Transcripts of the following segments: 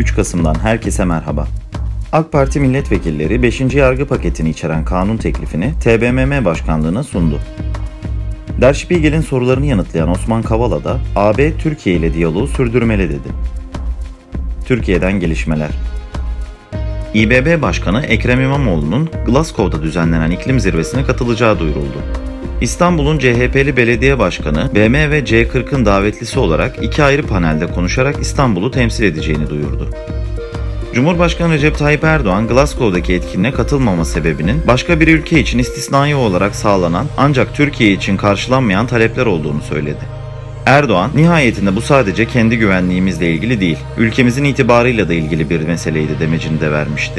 3 Kasım'dan herkese merhaba. AK Parti milletvekilleri 5. yargı paketini içeren kanun teklifini TBMM Başkanlığı'na sundu. Der Spiegel'in sorularını yanıtlayan Osman Kavala da AB Türkiye ile diyaloğu sürdürmeli dedi. Türkiye'den gelişmeler. İBB Başkanı Ekrem İmamoğlu'nun Glasgow'da düzenlenen iklim zirvesine katılacağı duyuruldu. İstanbul'un CHP'li belediye başkanı BM ve C40'ın davetlisi olarak iki ayrı panelde konuşarak İstanbul'u temsil edeceğini duyurdu. Cumhurbaşkanı Recep Tayyip Erdoğan, Glasgow'daki etkinliğe katılmama sebebinin başka bir ülke için istisnai olarak sağlanan ancak Türkiye için karşılanmayan talepler olduğunu söyledi. Erdoğan, nihayetinde bu sadece kendi güvenliğimizle ilgili değil, ülkemizin itibarıyla da ilgili bir meseleydi demecini de vermişti.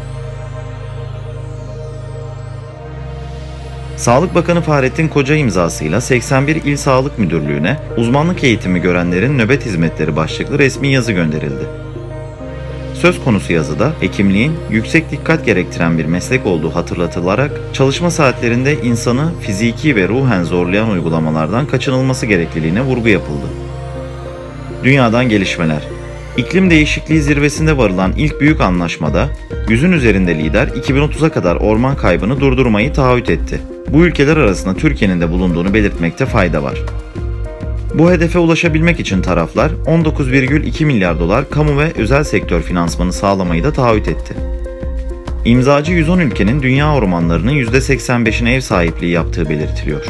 Sağlık Bakanı Fahrettin Koca imzasıyla 81 İl Sağlık Müdürlüğü'ne uzmanlık eğitimi görenlerin nöbet hizmetleri başlıklı resmi yazı gönderildi. Söz konusu yazıda hekimliğin yüksek dikkat gerektiren bir meslek olduğu hatırlatılarak çalışma saatlerinde insanı fiziki ve ruhen zorlayan uygulamalardan kaçınılması gerekliliğine vurgu yapıldı. Dünyadan gelişmeler. İklim değişikliği zirvesinde varılan ilk büyük anlaşmada 100'ün üzerinde lider 2030'a kadar orman kaybını durdurmayı taahhüt etti. Bu ülkeler arasında Türkiye'nin de bulunduğunu belirtmekte fayda var. Bu hedefe ulaşabilmek için taraflar 19,2 milyar dolar kamu ve özel sektör finansmanı sağlamayı da taahhüt etti. İmzacı 110 ülkenin dünya ormanlarının %85'ine ev sahipliği yaptığı belirtiliyor.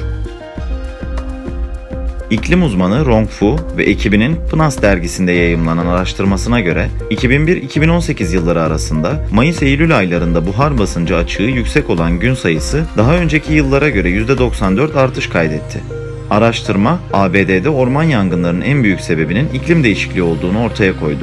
İklim uzmanı Rong Fu ve ekibinin PNAS dergisinde yayımlanan araştırmasına göre 2001-2018 yılları arasında Mayıs-Eylül aylarında buhar basıncı açığı yüksek olan gün sayısı daha önceki yıllara göre %94 artış kaydetti. Araştırma, ABD'de orman yangınlarının en büyük sebebinin iklim değişikliği olduğunu ortaya koydu.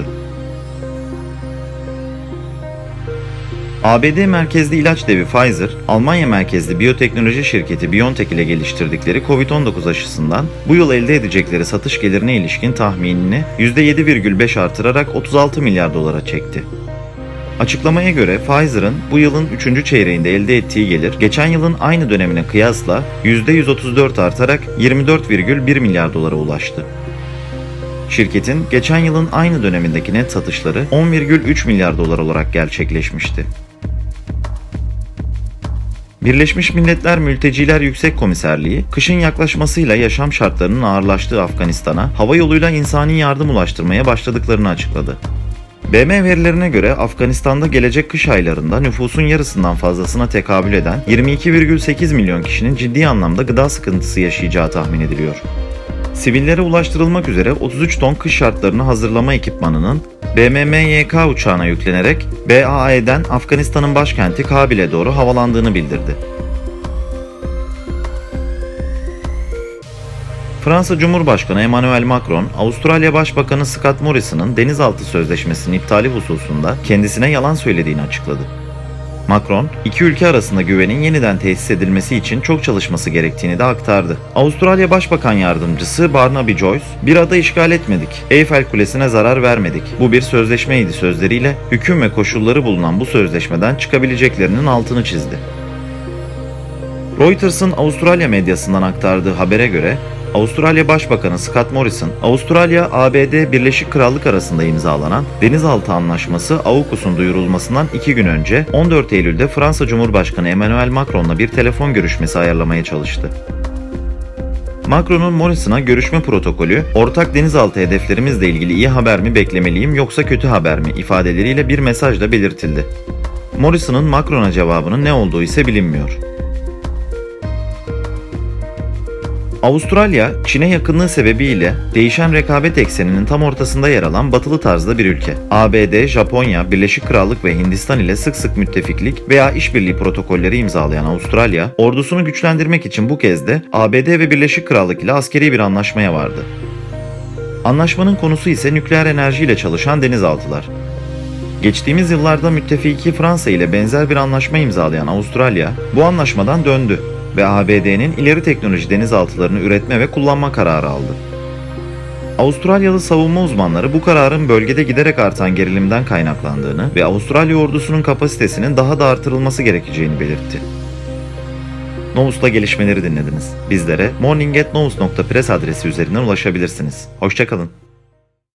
ABD merkezli ilaç devi Pfizer, Almanya merkezli biyoteknoloji şirketi BioNTech ile geliştirdikleri COVID-19 aşısından bu yıl elde edecekleri satış gelirine ilişkin tahminini %7,5 artırarak 36 milyar dolara çekti. Açıklamaya göre Pfizer'ın bu yılın 3. çeyreğinde elde ettiği gelir, geçen yılın aynı dönemine kıyasla %134 artarak 24,1 milyar dolara ulaştı. Şirketin geçen yılın aynı dönemindeki net satışları 10,3 milyar dolar olarak gerçekleşmişti. Birleşmiş Milletler Mülteciler Yüksek Komiserliği, kışın yaklaşmasıyla yaşam şartlarının ağırlaştığı Afganistan'a hava yoluyla insani yardım ulaştırmaya başladıklarını açıkladı. BM verilerine göre Afganistan'da gelecek kış aylarında nüfusun yarısından fazlasına tekabül eden 22,8 milyon kişinin ciddi anlamda gıda sıkıntısı yaşayacağı tahmin ediliyor. Sivillere ulaştırılmak üzere 33 ton kış şartlarını hazırlama ekipmanının BMMYK uçağına yüklenerek BAE'den Afganistan'ın başkenti Kabil'e doğru havalandığını bildirdi. Fransa Cumhurbaşkanı Emmanuel Macron, Avustralya Başbakanı Scott Morrison'ın denizaltı sözleşmesinin iptali hususunda kendisine yalan söylediğini açıkladı. Macron, iki ülke arasında güvenin yeniden tesis edilmesi için çok çalışması gerektiğini de aktardı. Avustralya Başbakan Yardımcısı Barnaby Joyce, "Bir ada işgal etmedik, Eyfel Kulesi'ne zarar vermedik. Bu bir sözleşmeydi" sözleriyle hüküm ve koşulları bulunan bu sözleşmeden çıkabileceklerinin altını çizdi. Reuters'ın Avustralya medyasından aktardığı habere göre, Avustralya Başbakanı Scott Morrison, Avustralya, ABD, Birleşik Krallık arasında imzalanan denizaltı anlaşması AUKUS'un duyurulmasından 2 gün önce 14 Eylül'de Fransa Cumhurbaşkanı Emmanuel Macron'la bir telefon görüşmesi ayarlamaya çalıştı. Macron'un Morrison'a görüşme protokolü, "Ortak denizaltı hedeflerimizle ilgili iyi haber mi beklemeliyim yoksa kötü haber mi?" ifadeleriyle bir mesajla belirtildi. Morrison'ın Macron'a cevabının ne olduğu ise bilinmiyor. Avustralya, Çin'e yakınlığı sebebiyle değişen rekabet ekseninin tam ortasında yer alan batılı tarzda bir ülke. ABD, Japonya, Birleşik Krallık ve Hindistan ile sık sık müttefiklik veya işbirliği protokolleri imzalayan Avustralya, ordusunu güçlendirmek için bu kez de ABD ve Birleşik Krallık ile askeri bir anlaşmaya vardı. Anlaşmanın konusu ise nükleer enerjiyle çalışan denizaltılar. Geçtiğimiz yıllarda müttefiki Fransa ile benzer bir anlaşma imzalayan Avustralya, bu anlaşmadan döndü ve ABD'nin ileri teknoloji denizaltılarını üretme ve kullanma kararı aldı. Avustralyalı savunma uzmanları bu kararın bölgede giderek artan gerilimden kaynaklandığını ve Avustralya ordusunun kapasitesinin daha da artırılması gerekeceğini belirtti. Novus'ta gelişmeleri dinlediniz. Bizlere morning@novus.press adresi üzerinden ulaşabilirsiniz. Hoşça kalın.